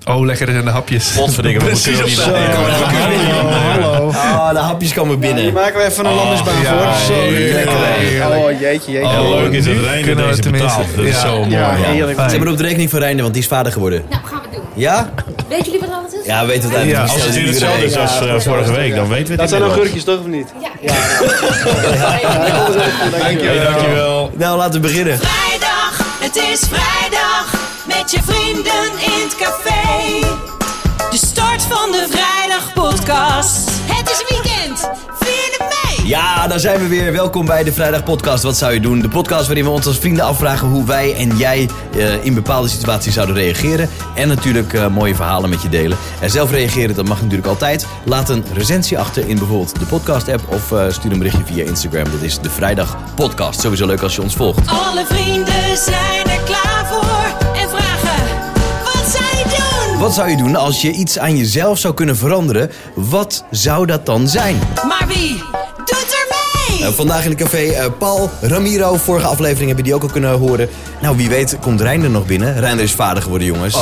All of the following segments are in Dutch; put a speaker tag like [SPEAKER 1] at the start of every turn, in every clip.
[SPEAKER 1] Oh, lekker in de hapjes.
[SPEAKER 2] Potverdikke, we kunnen niet
[SPEAKER 3] Hallo. De hapjes komen binnen.
[SPEAKER 4] Hier maken we even een landingsbaan voor. Zo lekker. Oh, jeetje.
[SPEAKER 2] Heel leuk is dat Reinder deze betaalt. Dat is zo mooi.
[SPEAKER 4] Ja, heerlijk.
[SPEAKER 3] Zet maar op de rekening van Reinder, want die is vader geworden.
[SPEAKER 5] Nou, gaan we doen.
[SPEAKER 3] Ja?
[SPEAKER 5] Weet jullie wat alles is?
[SPEAKER 3] Ja, we weten het eigenlijk.
[SPEAKER 2] Als het weer hetzelfde is als vorige week, dan weten we het
[SPEAKER 4] Dat zijn
[SPEAKER 2] inmiddels.
[SPEAKER 4] augurkjes, toch of niet?
[SPEAKER 5] Ja.
[SPEAKER 2] Dankjewel.
[SPEAKER 3] Nou, laten we beginnen.
[SPEAKER 6] Vrijdag, het is vrijdag. Met je vrienden in het café. De start van de Vrijdagpodcast. Het is weekend. Vier het mee.
[SPEAKER 3] Ja, daar zijn we weer. Welkom bij de Vrijdag Podcast. Wat zou je doen? De podcast waarin we ons als vrienden afvragen hoe wij en jij in bepaalde situaties zouden reageren. En natuurlijk mooie verhalen met je delen. En zelf reageren, dat mag natuurlijk altijd. Laat een recensie achter in bijvoorbeeld de podcast-app of stuur een berichtje via Instagram. Dat is de Vrijdag Podcast. Sowieso leuk als je ons volgt.
[SPEAKER 6] Alle vrienden zijn er klaar voor. En vragen, wat zou je doen?
[SPEAKER 3] Wat zou je doen als je iets aan jezelf zou kunnen veranderen? Wat zou dat dan zijn?
[SPEAKER 6] Maar wie doet er mee?
[SPEAKER 3] Vandaag in het café Paul, Ramiro. Vorige aflevering hebben die ook al kunnen horen. Nou, wie weet komt Reinder nog binnen. Reinder is vader geworden, jongens.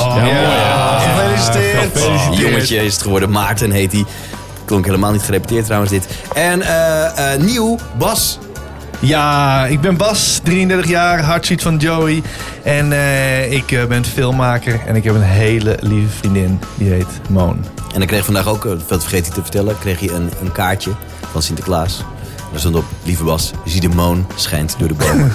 [SPEAKER 4] Gefeliciteerd.
[SPEAKER 3] Jongetje is het geworden. Maarten heet hij. Klonk helemaal niet gerepeteerd trouwens dit. En nieuw, Bas.
[SPEAKER 1] Ja, ik ben Bas, 33 jaar, hartziet van Joey. En ik ben filmmaker en ik heb een hele lieve vriendin, die heet Moon.
[SPEAKER 3] En ik kreeg vandaag ook, dat vergeet hij te vertellen, kreeg je een kaartje van Sinterklaas. Daar stond op, lieve Bas, zie de maan schijnt door de bomen.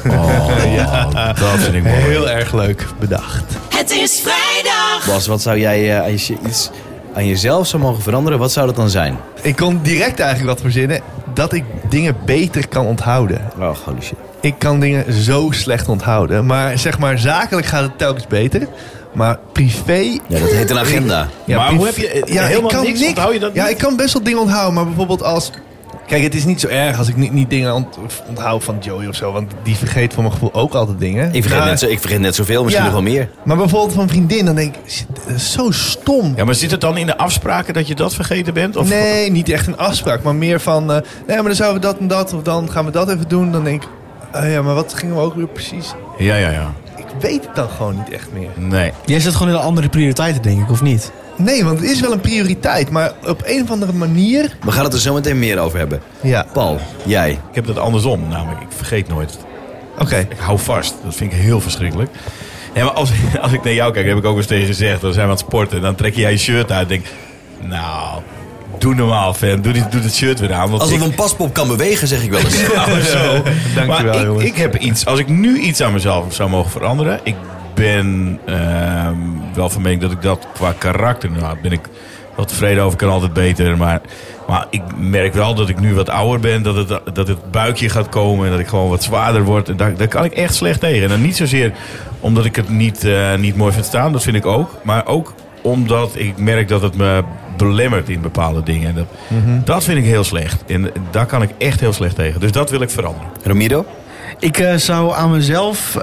[SPEAKER 2] Dat vind ik mooi.
[SPEAKER 1] Heel erg leuk bedacht.
[SPEAKER 6] Het is vrijdag.
[SPEAKER 3] Bas, wat zou jij, als je iets aan jezelf zou mogen veranderen, wat zou dat dan zijn?
[SPEAKER 1] Ik kon direct eigenlijk wat verzinnen dat ik dingen beter kan onthouden.
[SPEAKER 3] Oh, holy shit.
[SPEAKER 1] Ik kan dingen zo slecht onthouden. Maar zeg maar, zakelijk gaat het telkens beter. Maar privé...
[SPEAKER 3] Ja, dat heet een agenda.
[SPEAKER 1] Ja,
[SPEAKER 2] Maar
[SPEAKER 1] privé-
[SPEAKER 2] hoe heb je helemaal niks? Onthoud je dat
[SPEAKER 1] Ja,
[SPEAKER 2] niet?
[SPEAKER 1] ik kan best wel dingen onthouden. Maar bijvoorbeeld als... Kijk, het is niet zo erg als ik niet dingen onthoud van Joey of zo. Want die vergeet voor mijn gevoel ook altijd dingen.
[SPEAKER 3] Ik vergeet net zoveel, misschien
[SPEAKER 1] Ja.
[SPEAKER 3] nog wel meer.
[SPEAKER 1] Maar bijvoorbeeld van vriendin, dan denk ik, shit, dat is zo stom.
[SPEAKER 2] Ja, maar zit het dan in de afspraken dat je dat vergeten bent? Of?
[SPEAKER 1] Nee, niet echt een afspraak, maar meer van... nee, maar dan zouden we dat en dat, of dan gaan we dat even doen. Dan denk ik, ja, maar wat gingen we ook weer precies?
[SPEAKER 2] Ja.
[SPEAKER 1] Ik weet het dan gewoon niet echt meer.
[SPEAKER 2] Nee.
[SPEAKER 4] Jij zet gewoon in andere prioriteiten, denk ik, of niet?
[SPEAKER 1] Nee, want het is wel een prioriteit, maar op een of andere manier...
[SPEAKER 3] We gaan het er zo meteen meer over hebben.
[SPEAKER 1] Ja,
[SPEAKER 3] Paul, jij.
[SPEAKER 2] Ik heb dat andersom, namelijk ik vergeet nooit.
[SPEAKER 1] oké.
[SPEAKER 2] Ik hou vast. Dat vind ik heel verschrikkelijk. Nee, maar als ik naar jou kijk, heb ik ook eens tegen gezegd, dan zijn we aan het sporten. En dan trek jij je shirt uit en denk, nou, doe normaal, fan. Doe het shirt weer aan. Want
[SPEAKER 3] Alsof een paspop kan bewegen, zeg ik wel eens.
[SPEAKER 2] Nou, zo.
[SPEAKER 1] Dankjewel,
[SPEAKER 2] maar
[SPEAKER 1] jongens.
[SPEAKER 2] ik heb iets. Als ik nu iets aan mezelf zou mogen veranderen. Ik ben wel van mening dat ik dat qua karakter. Nou, ben ik wel tevreden over. Kan altijd beter. Maar ik merk wel dat ik nu wat ouder ben. Dat het buikje gaat komen. En dat ik gewoon wat zwaarder word. En daar kan ik echt slecht tegen. En dan niet zozeer omdat ik het niet mooi vind staan. Dat vind ik ook. Maar ook omdat ik merk dat het me belemmert in bepaalde dingen. En dat vind ik heel slecht. En daar kan ik echt heel slecht tegen. Dus dat wil ik veranderen.
[SPEAKER 3] Ramiro?
[SPEAKER 4] Ik zou aan mezelf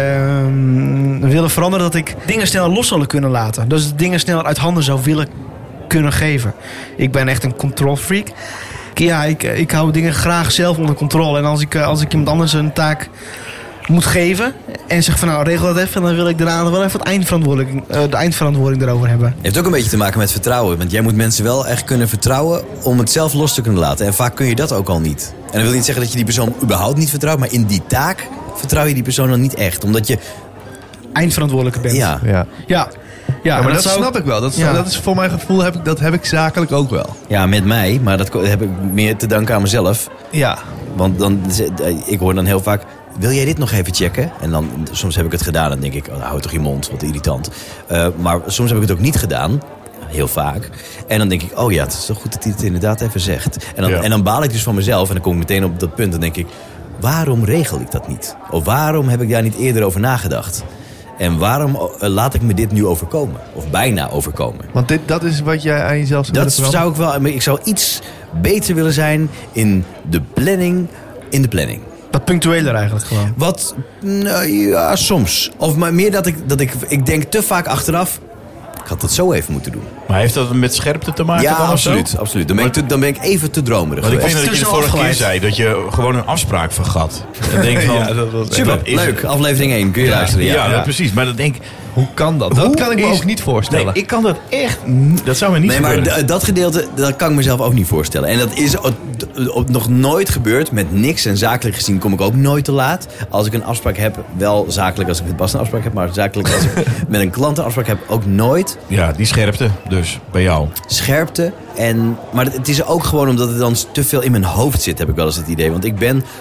[SPEAKER 4] willen veranderen dat ik dingen sneller los zou kunnen laten. Dus dingen sneller uit handen zou willen kunnen geven. Ik ben echt een control freak. Ja, ik hou dingen graag zelf onder controle. En als ik iemand anders een taak moet geven en zeg van nou regel dat even, dan wil ik daarna wel even de eindverantwoording erover hebben.
[SPEAKER 3] Heeft ook een beetje te maken met vertrouwen. Want jij moet mensen wel echt kunnen vertrouwen om het zelf los te kunnen laten. En vaak kun je dat ook al niet. En dat wil niet zeggen dat je die persoon überhaupt niet vertrouwt. Maar in die taak vertrouw je die persoon dan niet echt. Omdat je...
[SPEAKER 4] Eindverantwoordelijke bent.
[SPEAKER 3] Ja.
[SPEAKER 1] Ja.
[SPEAKER 4] Ja,
[SPEAKER 1] Maar dat snap ik wel. Dat is voor mijn gevoel, dat heb ik zakelijk ook wel.
[SPEAKER 3] Ja, met mij. Maar dat heb ik meer te danken aan mezelf.
[SPEAKER 1] Ja.
[SPEAKER 3] Want ik hoor dan heel vaak... Wil jij dit nog even checken? En dan soms heb ik het gedaan. Dan denk ik, oh, hou toch je mond, wat irritant. Maar soms heb ik het ook niet gedaan. Heel vaak. En dan denk ik, oh ja, het is toch goed dat hij het inderdaad even zegt. En dan baal ik dus van mezelf. En dan kom ik meteen op dat punt. Dan denk ik, waarom regel ik dat niet? Of waarom heb ik daar niet eerder over nagedacht? En waarom laat ik me dit nu overkomen? Of bijna overkomen?
[SPEAKER 1] Want dat is wat jij aan jezelf zou
[SPEAKER 3] Dat
[SPEAKER 1] willen
[SPEAKER 3] zou ik wel. Ik zou iets beter willen zijn in de planning.
[SPEAKER 4] Dat punctueler eigenlijk gewoon.
[SPEAKER 3] Wat? Nou ja, soms. Of maar meer dat ik denk te vaak achteraf. Ik had dat zo even moeten doen.
[SPEAKER 2] Maar heeft dat met scherpte te maken?
[SPEAKER 3] Ja,
[SPEAKER 2] dan of zo?
[SPEAKER 3] absoluut. Dan ben ik even te dromerig.
[SPEAKER 2] Want ik weet
[SPEAKER 3] geweest.
[SPEAKER 2] dat je de
[SPEAKER 4] Tussen
[SPEAKER 2] vorige keer
[SPEAKER 4] afgeleid.
[SPEAKER 2] zei dat je gewoon een afspraak vergat. Dan denk ik van,
[SPEAKER 1] Ja, dat was
[SPEAKER 3] Super,
[SPEAKER 2] dat is
[SPEAKER 3] leuk. Aflevering 1, kun je luisteren.
[SPEAKER 2] Ja, precies. Maar dan denk ik,
[SPEAKER 1] Hoe kan dat? Dat kan ik me ook niet voorstellen.
[SPEAKER 2] Nee, ik kan dat echt... Dat zou me niet
[SPEAKER 3] Nee, maar
[SPEAKER 2] gebeuren.
[SPEAKER 3] dat gedeelte, dat kan ik mezelf ook niet voorstellen. En dat is nog nooit gebeurd met niks. En zakelijk gezien kom ik ook nooit te laat. Als ik een afspraak heb, wel zakelijk als ik met Bas een afspraak heb. Maar zakelijk als ik met een klant een afspraak heb, ook nooit.
[SPEAKER 2] Ja, die scherpte dus bij jou.
[SPEAKER 3] Scherpte. Maar het is ook gewoon omdat het dan te veel in mijn hoofd zit, heb ik wel eens het idee. Want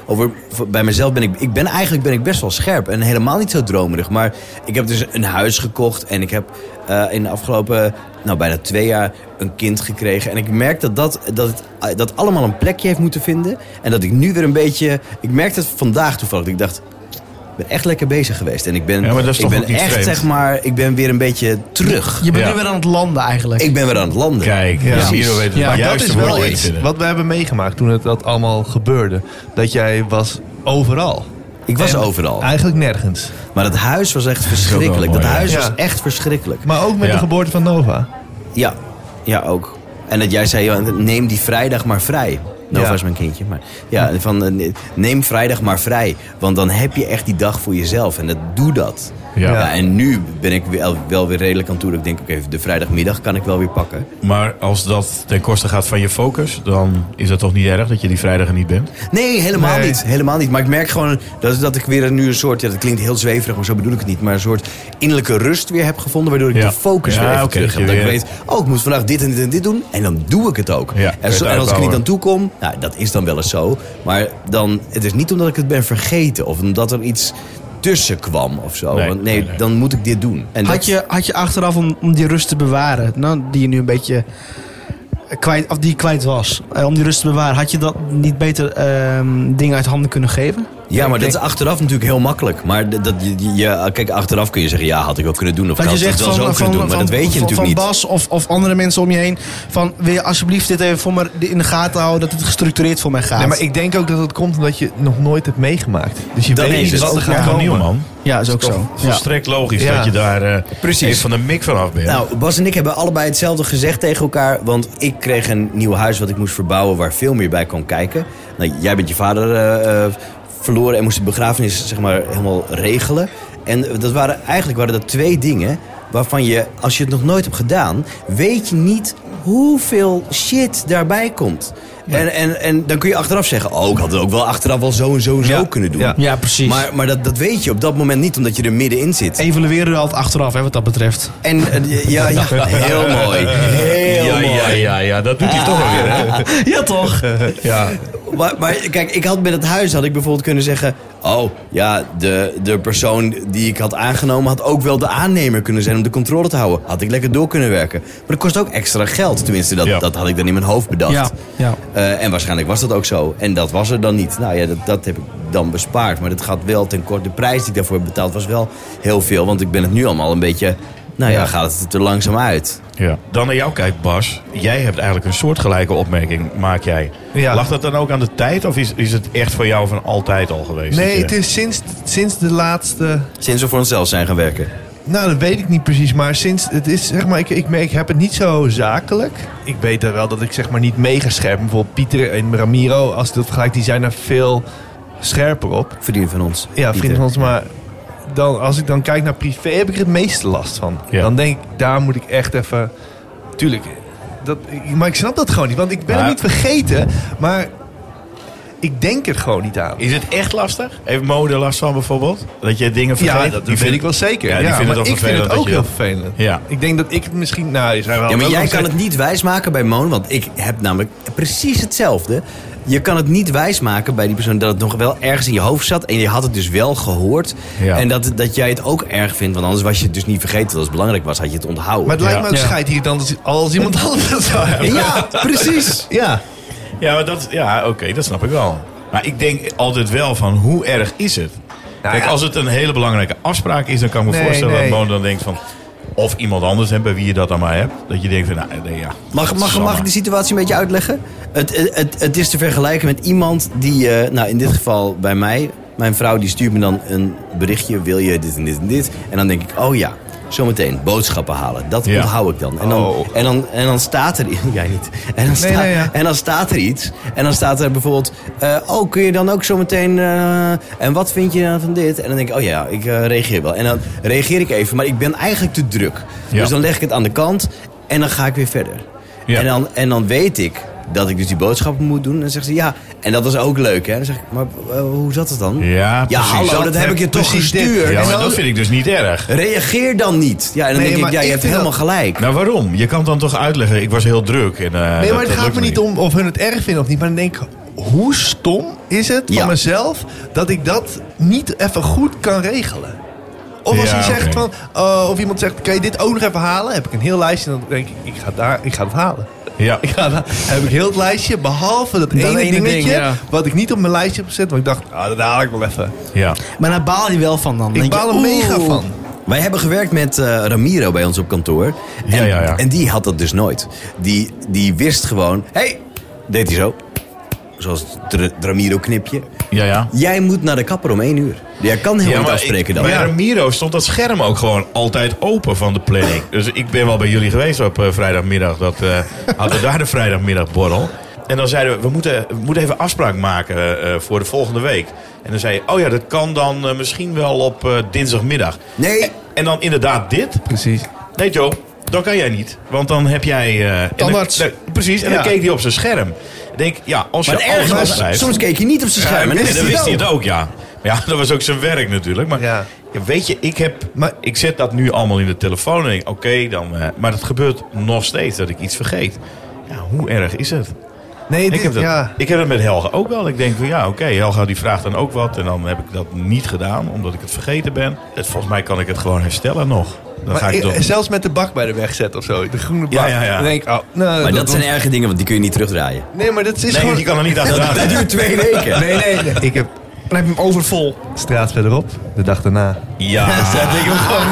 [SPEAKER 3] bij mezelf ben ik best wel scherp. En helemaal niet zo dromerig. Maar ik heb dus een huis gekocht. En ik heb in de afgelopen bijna 2 jaar een kind gekregen. En ik merk dat allemaal een plekje heeft moeten vinden. En dat ik nu weer een beetje... Ik merkte het vandaag toevallig. Ik dacht, ik ben echt lekker bezig geweest. En ik ben,
[SPEAKER 2] Ja, maar dat is toch ook niet
[SPEAKER 3] echt,
[SPEAKER 2] vreemd?
[SPEAKER 3] zeg maar, ik ben weer een beetje terug.
[SPEAKER 4] Je bent
[SPEAKER 2] Ja.
[SPEAKER 4] nu weer aan het landen eigenlijk.
[SPEAKER 3] Ik ben weer aan het landen.
[SPEAKER 2] Kijk,
[SPEAKER 1] Ja.
[SPEAKER 2] ja. Hier weten we
[SPEAKER 4] Ja,
[SPEAKER 2] het
[SPEAKER 1] Maar dat
[SPEAKER 2] juiste
[SPEAKER 1] is wel
[SPEAKER 2] woordje te
[SPEAKER 1] iets
[SPEAKER 2] vinden.
[SPEAKER 1] wat we hebben meegemaakt toen dat allemaal gebeurde. Dat jij was overal.
[SPEAKER 3] Ik was
[SPEAKER 1] En
[SPEAKER 3] overal.
[SPEAKER 1] Eigenlijk nergens.
[SPEAKER 3] Maar dat huis was echt verschrikkelijk.
[SPEAKER 2] mooi,
[SPEAKER 3] Dat
[SPEAKER 2] ja.
[SPEAKER 3] huis
[SPEAKER 1] Ja.
[SPEAKER 3] was echt verschrikkelijk.
[SPEAKER 1] Maar ook met
[SPEAKER 2] Ja.
[SPEAKER 1] de geboorte van Nova.
[SPEAKER 3] Ja, ook. En dat jij zei, joh, neem die vrijdag maar vrij. Nova
[SPEAKER 1] Ja.
[SPEAKER 3] is mijn kindje. Maar ja, neem vrijdag maar vrij. Want dan heb je echt die dag voor jezelf. En doe dat.
[SPEAKER 2] Ja.
[SPEAKER 3] En nu ben ik wel weer redelijk aan toe. Dat ik denk, oké, de vrijdagmiddag kan ik wel weer pakken.
[SPEAKER 2] Maar als dat ten koste gaat van je focus, dan is dat toch niet erg dat je die vrijdag er niet bent?
[SPEAKER 3] Nee, helemaal
[SPEAKER 1] Nee.
[SPEAKER 3] niet. Helemaal niet. Maar ik merk gewoon dat ik weer nu een soort... Ja, dat klinkt heel zweverig, maar zo bedoel ik het niet. Maar een soort innerlijke rust weer heb gevonden. Waardoor ik
[SPEAKER 2] Ja.
[SPEAKER 3] de focus
[SPEAKER 2] Ja,
[SPEAKER 3] weer even
[SPEAKER 2] oké,
[SPEAKER 3] terug
[SPEAKER 2] dat
[SPEAKER 3] heb.
[SPEAKER 2] je
[SPEAKER 3] Dat ik
[SPEAKER 2] weer-
[SPEAKER 3] weet, ik moet vandaag dit en dit en dit doen. En dan doe ik het ook.
[SPEAKER 2] Ja,
[SPEAKER 3] En als ik er niet
[SPEAKER 2] uitbouwen.
[SPEAKER 3] aan toe kom, dat is dan wel eens zo. Maar dan, het is niet omdat ik het ben vergeten. Of omdat er iets tussen kwam of zo.
[SPEAKER 2] Nee,
[SPEAKER 3] Want
[SPEAKER 2] nee.
[SPEAKER 3] dan moet ik dit doen. En
[SPEAKER 4] Had je achteraf om die rust te bewaren, die je nu een beetje kwijt, of die kwijt was, om die rust te bewaren, had je dat niet beter dingen uit handen kunnen geven?
[SPEAKER 3] Ja, maar dat is achteraf natuurlijk heel makkelijk. Maar kijk, achteraf kun je zeggen, ja, had ik wel kunnen doen. Of
[SPEAKER 4] Dat
[SPEAKER 3] ik
[SPEAKER 4] je
[SPEAKER 3] had het
[SPEAKER 4] zegt
[SPEAKER 3] wel zo kunnen doen. Maar dat weet je natuurlijk niet.
[SPEAKER 4] Van Bas of andere mensen om je heen, van wil je alsjeblieft dit even voor me in de gaten houden, dat het gestructureerd voor mij gaat.
[SPEAKER 1] Nee, maar ik denk ook dat het komt omdat je het nog nooit hebt meegemaakt. Dus je
[SPEAKER 3] Dat
[SPEAKER 1] weet
[SPEAKER 3] is
[SPEAKER 1] niet
[SPEAKER 3] het.
[SPEAKER 1] wat er
[SPEAKER 2] Dat
[SPEAKER 1] gaat
[SPEAKER 2] kan
[SPEAKER 1] komen.
[SPEAKER 2] nieuw, man.
[SPEAKER 4] Ja, is ook zo. Ja.
[SPEAKER 2] Volstrekt logisch
[SPEAKER 1] Ja.
[SPEAKER 2] dat je daar
[SPEAKER 3] Precies.
[SPEAKER 2] even van de mik vanaf bent.
[SPEAKER 3] Nou, Bas en ik hebben allebei hetzelfde gezegd tegen elkaar. Want ik kreeg een nieuw huis wat ik moest verbouwen waar veel meer bij kon kijken. Nou, jij bent je vader verloren en moest de begrafenis zeg maar helemaal regelen. En eigenlijk waren dat 2 dingen waarvan je, als je het nog nooit hebt gedaan, weet je niet hoeveel shit daarbij komt. En dan kun je achteraf zeggen, ik had het ook wel achteraf wel zo en zo en zo
[SPEAKER 1] Ja.
[SPEAKER 3] kunnen doen.
[SPEAKER 1] Ja.
[SPEAKER 4] Ja, precies.
[SPEAKER 3] Maar dat weet je op dat moment niet, omdat je er middenin zit.
[SPEAKER 4] Evalueren we altijd achteraf, wat dat betreft.
[SPEAKER 3] En ja, heel mooi. Heel mooi.
[SPEAKER 2] Ja, dat doet hij toch alweer, hè?
[SPEAKER 4] Ja, toch?
[SPEAKER 2] Ja.
[SPEAKER 3] Maar kijk, ik had met het huis had ik bijvoorbeeld kunnen zeggen, de persoon die ik had aangenomen had ook wel de aannemer kunnen zijn om de controle te houden. Had ik lekker door kunnen werken. Maar dat kost ook extra geld. Tenminste, dat had ik dan in mijn hoofd bedacht.
[SPEAKER 4] Ja.
[SPEAKER 3] En waarschijnlijk was dat ook zo. En dat was er dan niet. Nou ja, dat heb ik dan bespaard. Maar dat gaat wel ten koste. De prijs die ik daarvoor heb betaald was wel heel veel. Want ik ben het nu allemaal een beetje... gaat het er langzaam uit.
[SPEAKER 2] Ja. Dan naar jou kijkt, Bas. Jij hebt eigenlijk een soortgelijke opmerking, maak jij.
[SPEAKER 1] Ja.
[SPEAKER 2] Lag dat dan ook aan de tijd? Of is het echt voor jou van altijd al geweest?
[SPEAKER 1] Nee,
[SPEAKER 2] dat je-
[SPEAKER 1] het is sinds de laatste...
[SPEAKER 3] Sinds we voor onszelf zijn gaan werken.
[SPEAKER 1] Nou, dat weet ik niet precies. Maar sinds het is, zeg maar, ik heb het niet zo zakelijk. Ik weet er wel dat ik zeg maar niet mega scherp. Bijvoorbeeld Pieter en Ramiro, als ik dat vergelijk, die zijn er veel scherper op.
[SPEAKER 3] Vrienden van ons.
[SPEAKER 1] Ja,
[SPEAKER 3] Pieter.
[SPEAKER 1] vrienden van ons. Maar als ik dan kijk naar privé, heb ik er het meeste last van.
[SPEAKER 2] Ja.
[SPEAKER 1] Dan denk ik, daar moet ik echt even... Tuurlijk, maar ik snap dat gewoon niet. Want ik ben
[SPEAKER 2] Maar-
[SPEAKER 1] het niet vergeten, maar ik denk er gewoon niet aan.
[SPEAKER 2] Is het echt lastig? Heeft Mode last van bijvoorbeeld? Dat je dingen vergeet?
[SPEAKER 1] Ja, dat weet ik wel zeker.
[SPEAKER 2] Ja, die vinden
[SPEAKER 1] maar
[SPEAKER 2] het wel
[SPEAKER 1] ik vind
[SPEAKER 2] vervelend
[SPEAKER 1] het ook
[SPEAKER 2] dat je-
[SPEAKER 1] heel vervelend.
[SPEAKER 2] Ja.
[SPEAKER 1] Ik denk dat ik het misschien... Nou, je zijn wel
[SPEAKER 3] Ja, maar
[SPEAKER 1] ook
[SPEAKER 3] jij
[SPEAKER 1] nog
[SPEAKER 3] kan
[SPEAKER 1] steeds-
[SPEAKER 3] het niet wijsmaken bij Moon, want ik heb namelijk precies hetzelfde. Je kan het niet wijsmaken bij die persoon dat het nog wel ergens in je hoofd zat. En je had het dus wel gehoord.
[SPEAKER 2] Ja.
[SPEAKER 3] En dat jij het ook erg vindt, want anders was je het dus niet vergeten. Dat als het belangrijk was, had je het onthouden.
[SPEAKER 1] Maar het lijkt
[SPEAKER 2] Ja.
[SPEAKER 1] me ook
[SPEAKER 4] Ja.
[SPEAKER 1] scheidhirritant als iemand anders dat zou hebben.
[SPEAKER 3] Ja, precies.
[SPEAKER 1] Ja.
[SPEAKER 2] Ja, maar oké, dat snap ik wel. Maar ik denk altijd wel van, hoe erg is het? Kijk,
[SPEAKER 1] ja.
[SPEAKER 2] als het een hele belangrijke afspraak is, dan kan ik me
[SPEAKER 1] Nee,
[SPEAKER 2] voorstellen
[SPEAKER 1] nee.
[SPEAKER 2] dat Mode dan denkt van... Of iemand anders hebt, bij wie je dat dan maar hebt. Dat je denkt van,
[SPEAKER 3] Mag ik de situatie een beetje uitleggen? Het is te vergelijken met iemand die, in dit geval bij mij... Mijn vrouw die stuurt me dan een berichtje, wil je dit en dit en dit? En dan denk ik, zometeen boodschappen halen. Dat
[SPEAKER 2] Ja.
[SPEAKER 3] onthoud ik dan. En dan staat er... Jij niet. En dan staat er iets. En dan staat er bijvoorbeeld... kun je dan ook zometeen... en wat vind je dan van dit? En dan denk ik, ik reageer wel. En dan reageer ik even, maar ik ben eigenlijk te druk.
[SPEAKER 2] Ja.
[SPEAKER 3] Dus dan leg ik het aan de kant en dan ga ik weer verder.
[SPEAKER 2] Ja.
[SPEAKER 3] En dan weet ik dat ik dus die boodschappen moet doen. En dan zegt ze, ja, en dat was ook leuk. Hè? Dan zeg ik, maar hoe zat het dan?
[SPEAKER 2] Ja, precies.
[SPEAKER 3] Hallo, dat heb ik je toch gestuurd.
[SPEAKER 2] Ja,
[SPEAKER 3] En
[SPEAKER 2] maar
[SPEAKER 3] dan
[SPEAKER 2] dat vind ik dus niet erg.
[SPEAKER 3] reageer dan niet. Ja, en dan denk ik, je hebt helemaal gelijk.
[SPEAKER 2] Nou, waarom? Je kan het dan toch uitleggen. Ik was heel druk. En,
[SPEAKER 1] Nee, maar het gaat me niet om of hun het erg vinden of niet. Maar dan denk ik, hoe stom is het van mezelf dat ik dat niet even goed kan regelen? Of als hij zegt van, of iemand zegt, kan je dit ook nog even halen? Heb ik een heel lijstje en dan denk ik, ik ga het halen.
[SPEAKER 2] Ja.
[SPEAKER 1] Heb ik heel het lijstje, behalve dat ene dingetje wat ik niet op mijn lijstje heb gezet. Want ik dacht, dat haal ik wel even.
[SPEAKER 2] Ja.
[SPEAKER 4] Maar daar baal je wel van dan.
[SPEAKER 1] Ik baal er mega van.
[SPEAKER 3] Wij hebben gewerkt met Ramiro bij ons op kantoor.
[SPEAKER 2] Ja.
[SPEAKER 3] En die had dat dus nooit. Die wist gewoon, deed hij zo. Zoals het Ramiro-knipje.
[SPEAKER 2] Ja.
[SPEAKER 3] Jij moet naar de kapper om 1 uur. Jij kan helemaal niet afspreken dan.
[SPEAKER 2] Bij Ramiro stond dat scherm ook gewoon altijd open van de planning. Dus ik ben wel bij jullie geweest op vrijdagmiddag. Hadden we daar de vrijdagmiddagborrel. En dan zeiden we moeten even afspraak maken voor de volgende week. En dan zei je, dat kan dan misschien wel op dinsdagmiddag.
[SPEAKER 3] Nee.
[SPEAKER 2] En dan inderdaad dit.
[SPEAKER 1] Precies.
[SPEAKER 2] Nee Joe, dan kan jij niet. Want dan heb jij...
[SPEAKER 4] Tandarts.
[SPEAKER 2] Precies, en dan keek hij op zijn scherm. Ik denk, als je alles afschrijft...
[SPEAKER 3] Soms keek je niet op zijn scherm.
[SPEAKER 2] En dan wist hij het ook, ja. Ja, dat was ook zijn werk natuurlijk. Maar weet je, ik zet dat nu allemaal in de telefoon en denk, oké, dan... maar het gebeurt nog steeds dat ik iets vergeet. Ja, hoe erg is het?
[SPEAKER 1] Nee,
[SPEAKER 2] ik heb het met Helga ook wel. Ik denk van Helga die vraagt dan ook wat. En dan heb ik dat niet gedaan, omdat ik het vergeten ben. Volgens mij kan ik het gewoon herstellen nog. Dan ga ik
[SPEAKER 1] zelfs met de bak bij de weg zetten of zo. De groene bak.
[SPEAKER 2] Ja.
[SPEAKER 1] Dan denk ik,
[SPEAKER 3] maar dat zijn erge dingen, want die kun je niet terugdraaien.
[SPEAKER 1] Nee, maar dat is
[SPEAKER 2] gewoon...
[SPEAKER 1] gewoon...
[SPEAKER 2] je kan er niet achteraan.
[SPEAKER 3] Dat duurt 2 weken.
[SPEAKER 1] Nee. Ik heb...
[SPEAKER 4] Dan heb je hem overvol.
[SPEAKER 1] Straat verderop, de dag daarna.
[SPEAKER 2] Ja.
[SPEAKER 1] Dan heb ik hem gewoon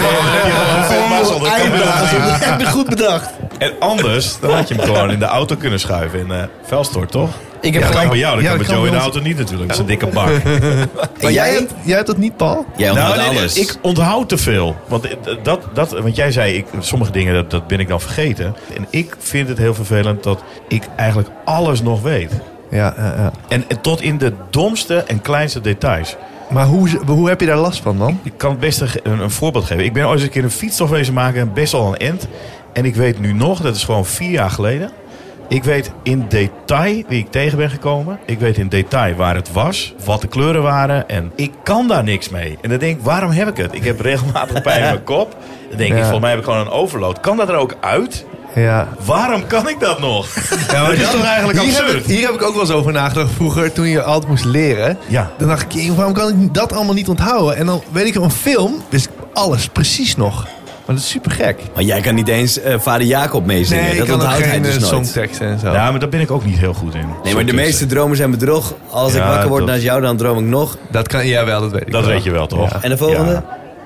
[SPEAKER 4] Dat heb je goed bedacht.
[SPEAKER 2] En anders, dan had je hem gewoon in de auto kunnen schuiven in Velstort, toch?
[SPEAKER 4] Ik heb
[SPEAKER 2] dat kan bij jou, dat kan met
[SPEAKER 1] kan
[SPEAKER 2] Joe in de
[SPEAKER 1] bij ons.
[SPEAKER 2] auto niet natuurlijk. Dat is een dikke bak.
[SPEAKER 3] En jij
[SPEAKER 1] hebt dat niet, Paul?
[SPEAKER 3] Jij onthoudt alles.
[SPEAKER 2] Ik onthoud te veel. Want jij zei, sommige dingen, dat ben ik dan vergeten. En ik vind het heel vervelend dat ik eigenlijk alles nog weet.
[SPEAKER 1] Ja.
[SPEAKER 2] En tot in de domste en kleinste details.
[SPEAKER 1] Maar hoe heb je daar last van dan?
[SPEAKER 2] Ik kan het beste een voorbeeld geven. Ik ben ooit eens een keer een fietstocht wezen maken, best wel een end. En ik weet nu nog, dat is gewoon 4 jaar geleden. Ik weet in detail wie ik tegen ben gekomen. Ik weet in detail waar het was, wat de kleuren waren. En ik kan daar niks mee. En dan denk ik, waarom heb ik het? Ik heb regelmatig pijn in mijn kop. Dan denk ik, volgens mij heb ik gewoon een overload. Kan dat er ook uit?
[SPEAKER 1] Ja.
[SPEAKER 2] Waarom kan ik dat nog?
[SPEAKER 1] Ja, maar
[SPEAKER 2] dat is toch eigenlijk absurd?
[SPEAKER 1] Hier heb ik ook wel eens over nagedacht vroeger, toen je altijd moest leren.
[SPEAKER 2] Ja.
[SPEAKER 1] Dan dacht ik, waarom kan ik dat allemaal niet onthouden? En dan weet ik een film, dus alles precies nog. Maar dat is super gek.
[SPEAKER 3] Maar jij kan niet eens Vader Jacob meezingen.
[SPEAKER 1] Nee,
[SPEAKER 3] dat
[SPEAKER 1] ik kan ook
[SPEAKER 3] onthoudt hij
[SPEAKER 1] geen
[SPEAKER 3] dus nooit.
[SPEAKER 1] songteksten en zo.
[SPEAKER 2] Ja, maar daar ben ik ook niet heel goed in.
[SPEAKER 3] Nee, maar de meeste dromen zijn bedrog. Als ik wakker word naast jou, dan droom ik nog.
[SPEAKER 1] Dat kan, jawel, dat weet ik
[SPEAKER 2] Dat
[SPEAKER 1] wel.
[SPEAKER 2] weet je wel, toch?
[SPEAKER 1] Ja.
[SPEAKER 3] En de volgende?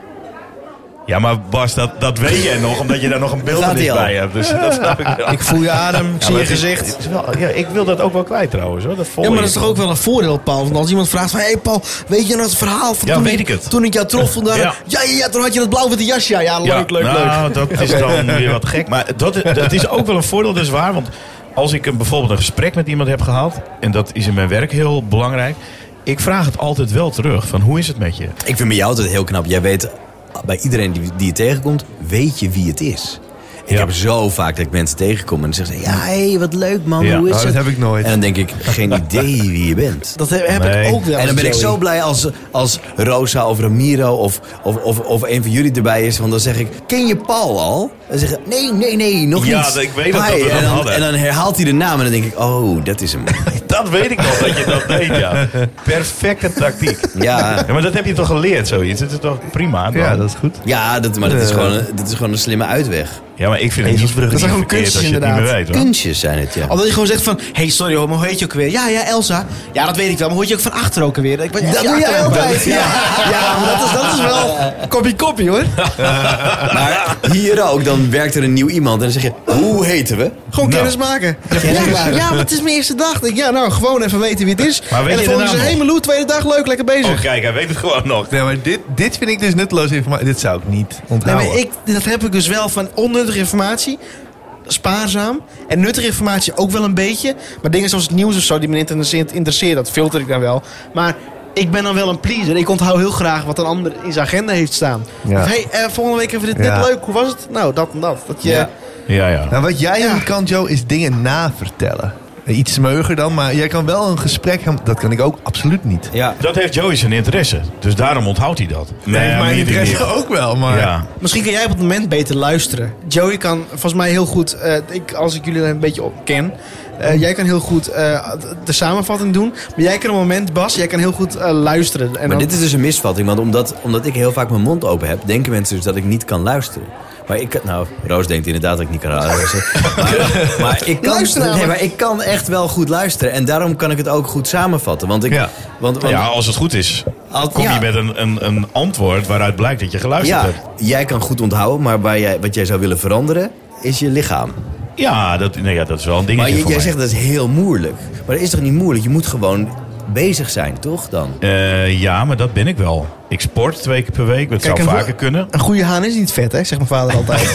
[SPEAKER 2] Ja, maar Bas, dat weet jij nog, omdat je daar nog een beeldenis bij hebt. Dus dat snap ik wel.
[SPEAKER 4] Ik voel je adem, ik zie je gezicht.
[SPEAKER 2] Het is wel, ik wil dat ook wel kwijt trouwens, hoor. Dat
[SPEAKER 4] Ja, maar dat is toch ook wel een voordeel, Paul? Want als iemand vraagt van... Hé, Paul, weet je nog het verhaal van
[SPEAKER 2] Ja, weet ik het.
[SPEAKER 4] Toen ik jou trof vandaar... Ja, toen had je dat blauw-witte jasje. Ja, leuk.
[SPEAKER 2] Nou, dat is dan weer wat gek. Maar dat is ook wel een voordeel, dat is waar. Want als ik bijvoorbeeld een gesprek met iemand heb gehad... en dat is in mijn werk heel belangrijk... ik vraag het altijd wel terug, van hoe is het met je?
[SPEAKER 3] Ik vind bij jou altijd heel knap. Jij weet, bij iedereen die je tegenkomt, weet je wie het is. Ik heb zo vaak dat ik mensen tegenkom en dan zeggen ze... Ja, hé, wat leuk man, hoe is het?
[SPEAKER 1] Dat heb ik nooit.
[SPEAKER 3] En dan denk ik, geen idee wie je bent.
[SPEAKER 4] Dat heb ik ook wel.
[SPEAKER 3] En dan ben ik zo blij als Rosa of Ramiro of een van jullie erbij is. Want dan zeg ik, ken je Paul al? Dan zeggen nee, nog niet.
[SPEAKER 2] Ja, ik weet dat we dat hadden.
[SPEAKER 3] En dan herhaalt hij de naam en dan denk ik, oh, dat is hem.
[SPEAKER 2] Dat weet ik nog, dat je dat deed, ja. Perfecte tactiek.
[SPEAKER 3] Ja,
[SPEAKER 2] Maar dat heb je toch geleerd, zoiets? Dat is toch prima? Dan?
[SPEAKER 1] Ja, dat is goed.
[SPEAKER 3] ja maar dat is gewoon een slimme uitweg.
[SPEAKER 2] Ja, maar ik vind het niet
[SPEAKER 4] Dat zijn gewoon
[SPEAKER 2] verkeerd
[SPEAKER 4] kunstjes
[SPEAKER 2] als je het niet meer
[SPEAKER 4] inderdaad.
[SPEAKER 2] weet, hoor.
[SPEAKER 3] Kunstjes zijn het, ja.
[SPEAKER 4] Omdat je gewoon zegt van... Hey, sorry hoor, maar hoe heet je ook weer? Ja, Elsa. Ja, dat weet ik wel. Maar hoe heet je ook van achter ook alweer? Dat
[SPEAKER 3] doe jij altijd.
[SPEAKER 4] Ja, maar dat is wel... Koppie hoor.
[SPEAKER 3] Maar hier ook, dan werkt er een nieuw iemand en dan zeg je, hoe heten we?
[SPEAKER 4] Gewoon kennis maken. Ja, maar het is mijn eerste dag. Gewoon even weten wie het is.
[SPEAKER 2] Maar weet
[SPEAKER 4] en dan
[SPEAKER 2] je de
[SPEAKER 4] volgens
[SPEAKER 2] naam
[SPEAKER 4] een
[SPEAKER 2] nog?
[SPEAKER 4] Meloe, tweede dag, leuk, lekker bezig.
[SPEAKER 2] Oh, kijk, hij weet het gewoon nog.
[SPEAKER 1] Nee, maar dit vind ik dus nutteloze informatie. Dit zou ik niet
[SPEAKER 4] Nee,
[SPEAKER 1] onthouden.
[SPEAKER 4] maar dat heb ik dus wel van onnuttige informatie. Spaarzaam. En nuttige informatie ook wel een beetje. Maar dingen zoals het nieuws of zo die me interesseert, dat filter ik dan wel. Maar ik ben dan wel een pleaser. Ik onthoud heel graag wat een ander in zijn agenda heeft staan.
[SPEAKER 1] Ja.
[SPEAKER 4] Volgende week even dit net leuk. Hoe was het? Nou, dat en dat. Dat je...
[SPEAKER 2] Ja.
[SPEAKER 1] Nou, wat jij niet kan, Joe, is dingen navertellen. Iets smeuiger dan, maar jij kan wel een gesprek hebben. Dat kan ik ook absoluut niet.
[SPEAKER 3] Ja.
[SPEAKER 2] Dat heeft Joey zijn interesse. Dus daarom onthoudt hij dat.
[SPEAKER 1] Nee, mijn interesse ook wel, maar...
[SPEAKER 2] Ja.
[SPEAKER 4] Misschien kan jij op het moment beter luisteren. Joey kan volgens mij heel goed, als ik jullie een beetje ken... jij kan heel goed de samenvatting doen. Maar jij kan op het moment, Bas, jij kan heel goed luisteren. En
[SPEAKER 3] Maar
[SPEAKER 4] dan...
[SPEAKER 3] dit is dus een misvatting, want omdat ik heel vaak mijn mond open heb, denken mensen dus dat ik niet kan luisteren. Maar Roos denkt inderdaad dat ik niet kan luisteren. maar ik kan,
[SPEAKER 4] Luisteren,
[SPEAKER 3] nee, maar ik kan echt wel goed luisteren. En daarom kan ik het ook goed samenvatten. Want want
[SPEAKER 2] Ja, als het goed is, kom je met een antwoord waaruit blijkt dat je geluisterd hebt.
[SPEAKER 3] jij kan goed onthouden, maar wat jij zou willen veranderen, is je lichaam.
[SPEAKER 2] Ja, dat is wel een dingetje
[SPEAKER 3] Maar
[SPEAKER 2] voor
[SPEAKER 3] jij
[SPEAKER 2] mij.
[SPEAKER 3] zegt dat is heel moeilijk. Maar dat is toch niet moeilijk? Je moet gewoon bezig zijn, toch dan?
[SPEAKER 2] Ja, maar dat ben ik wel. Ik sport 2 keer per week. Dat
[SPEAKER 4] Kijk,
[SPEAKER 2] zou
[SPEAKER 4] en
[SPEAKER 2] vaker kunnen.
[SPEAKER 4] Een goede haan is niet vet, hè? Zegt mijn vader altijd.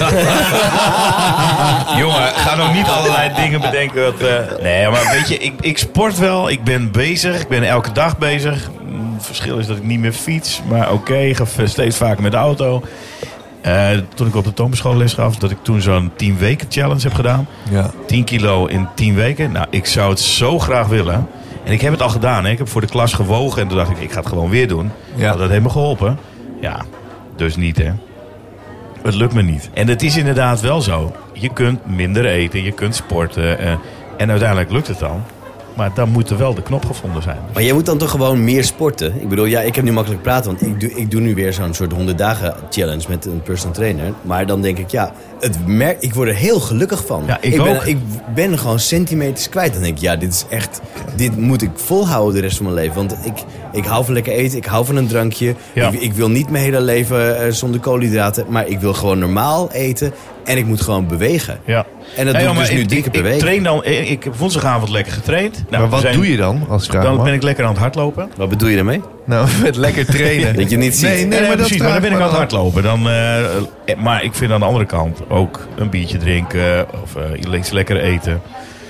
[SPEAKER 2] Jongen, ga nog niet allerlei dingen bedenken. Nee, maar weet je, ik sport wel. Ik ben bezig. Ik ben elke dag bezig. Het verschil is dat ik niet meer fiets. Maar oké, ik ga steeds vaker met de auto. Toen ik op de toonbeschool les gaf, dat ik toen zo'n 10 weken challenge heb gedaan.
[SPEAKER 1] Ja.
[SPEAKER 2] 10 kilo in 10 weken. Nou, ik zou het zo graag willen. En ik heb het al gedaan. Hè. Ik heb voor de klas gewogen. En toen dacht ik ga het gewoon weer doen.
[SPEAKER 1] Ja.
[SPEAKER 2] Nou, dat heeft me geholpen. Ja, dus niet hè. Het lukt me niet. En het is inderdaad wel zo. Je kunt minder eten, je kunt sporten. En uiteindelijk lukt het dan. Maar dan moet er wel de knop gevonden zijn.
[SPEAKER 3] Maar jij moet dan toch gewoon meer sporten? Ik bedoel, ik heb nu makkelijk praten, want ik doe nu weer zo'n soort 100 dagen challenge met een personal trainer. Maar dan denk ik, ik word er heel gelukkig van.
[SPEAKER 2] Ja, ik
[SPEAKER 3] ben gewoon centimeters kwijt. Dan denk ik, dit moet ik volhouden de rest van mijn leven. Want ik hou van lekker eten, ik hou van een drankje.
[SPEAKER 2] Ja.
[SPEAKER 3] Ik wil niet mijn hele leven zonder koolhydraten, maar ik wil gewoon normaal eten. En ik moet gewoon bewegen.
[SPEAKER 2] Ja.
[SPEAKER 3] En dat doe ik dus nu 3 keer per week.
[SPEAKER 2] Ik heb woensdagavond lekker getraind. Nou,
[SPEAKER 1] Maar wat doe je dan, als ik vraag
[SPEAKER 2] Dan
[SPEAKER 1] mag?
[SPEAKER 2] ben ik lekker aan het hardlopen.
[SPEAKER 3] Wat bedoel je daarmee?
[SPEAKER 1] Nou, met lekker trainen.
[SPEAKER 3] Dat je niet ziet.
[SPEAKER 1] Nee,
[SPEAKER 2] Nee,
[SPEAKER 1] maar
[SPEAKER 2] precies. Maar dan ben ik aan het
[SPEAKER 1] hard.
[SPEAKER 2] hardlopen. Maar ik vind aan de andere kant ook een biertje drinken of iets lekker eten.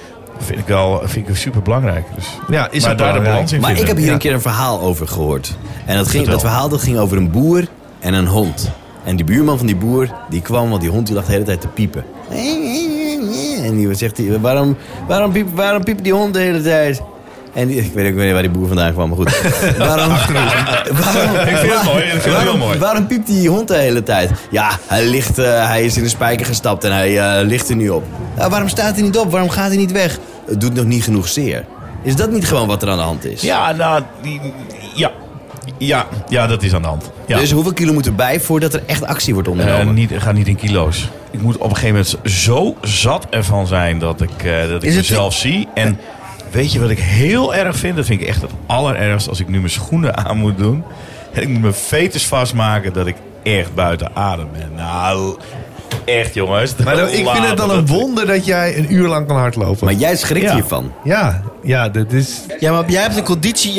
[SPEAKER 2] Vind ik super belangrijk. Dus,
[SPEAKER 1] Ja, is
[SPEAKER 2] maar
[SPEAKER 1] ook
[SPEAKER 2] daar de
[SPEAKER 1] belangrijk.
[SPEAKER 2] balans in
[SPEAKER 3] Maar
[SPEAKER 2] vinden.
[SPEAKER 3] ik heb hier
[SPEAKER 1] Ja.
[SPEAKER 3] een keer een verhaal over gehoord. En dat
[SPEAKER 2] Vertel.
[SPEAKER 3] verhaal ging over een boer en een hond. En die buurman van die boer, die kwam, want die hond die lag de hele tijd te piepen. En die zegt, waarom piept die hond de hele tijd? En ik weet ook niet waar die boer vandaan kwam, maar goed. Waarom
[SPEAKER 2] Ik vind het mooi. Ik vind het heel mooi.
[SPEAKER 3] Waarom piept die hond de hele tijd? Ja, hij is in de spijker gestapt en hij ligt er nu op. Nou, waarom staat hij niet op? Waarom gaat hij niet weg? Het doet nog niet genoeg zeer. Is dat niet gewoon wat er aan de hand is?
[SPEAKER 2] Ja, nou, ja, dat is aan de hand. Ja.
[SPEAKER 3] Dus hoeveel kilo moet erbij voordat er echt actie wordt ondernomen?
[SPEAKER 2] Ga niet in kilo's. Ik moet op een gegeven moment zo zat ervan zijn dat ik mezelf zie. En weet je wat ik heel erg vind? Dat vind ik echt het allerergst als ik nu mijn schoenen aan moet doen. En ik moet mijn veters vastmaken dat ik echt buiten adem ben. Nou, echt jongens.
[SPEAKER 1] Maar ik vind het dan een wonder dat jij een uur lang kan hardlopen.
[SPEAKER 3] Maar jij schrikt
[SPEAKER 2] Ja.
[SPEAKER 3] hiervan.
[SPEAKER 1] Ja, dat is...
[SPEAKER 4] Ja, maar jij hebt een conditie,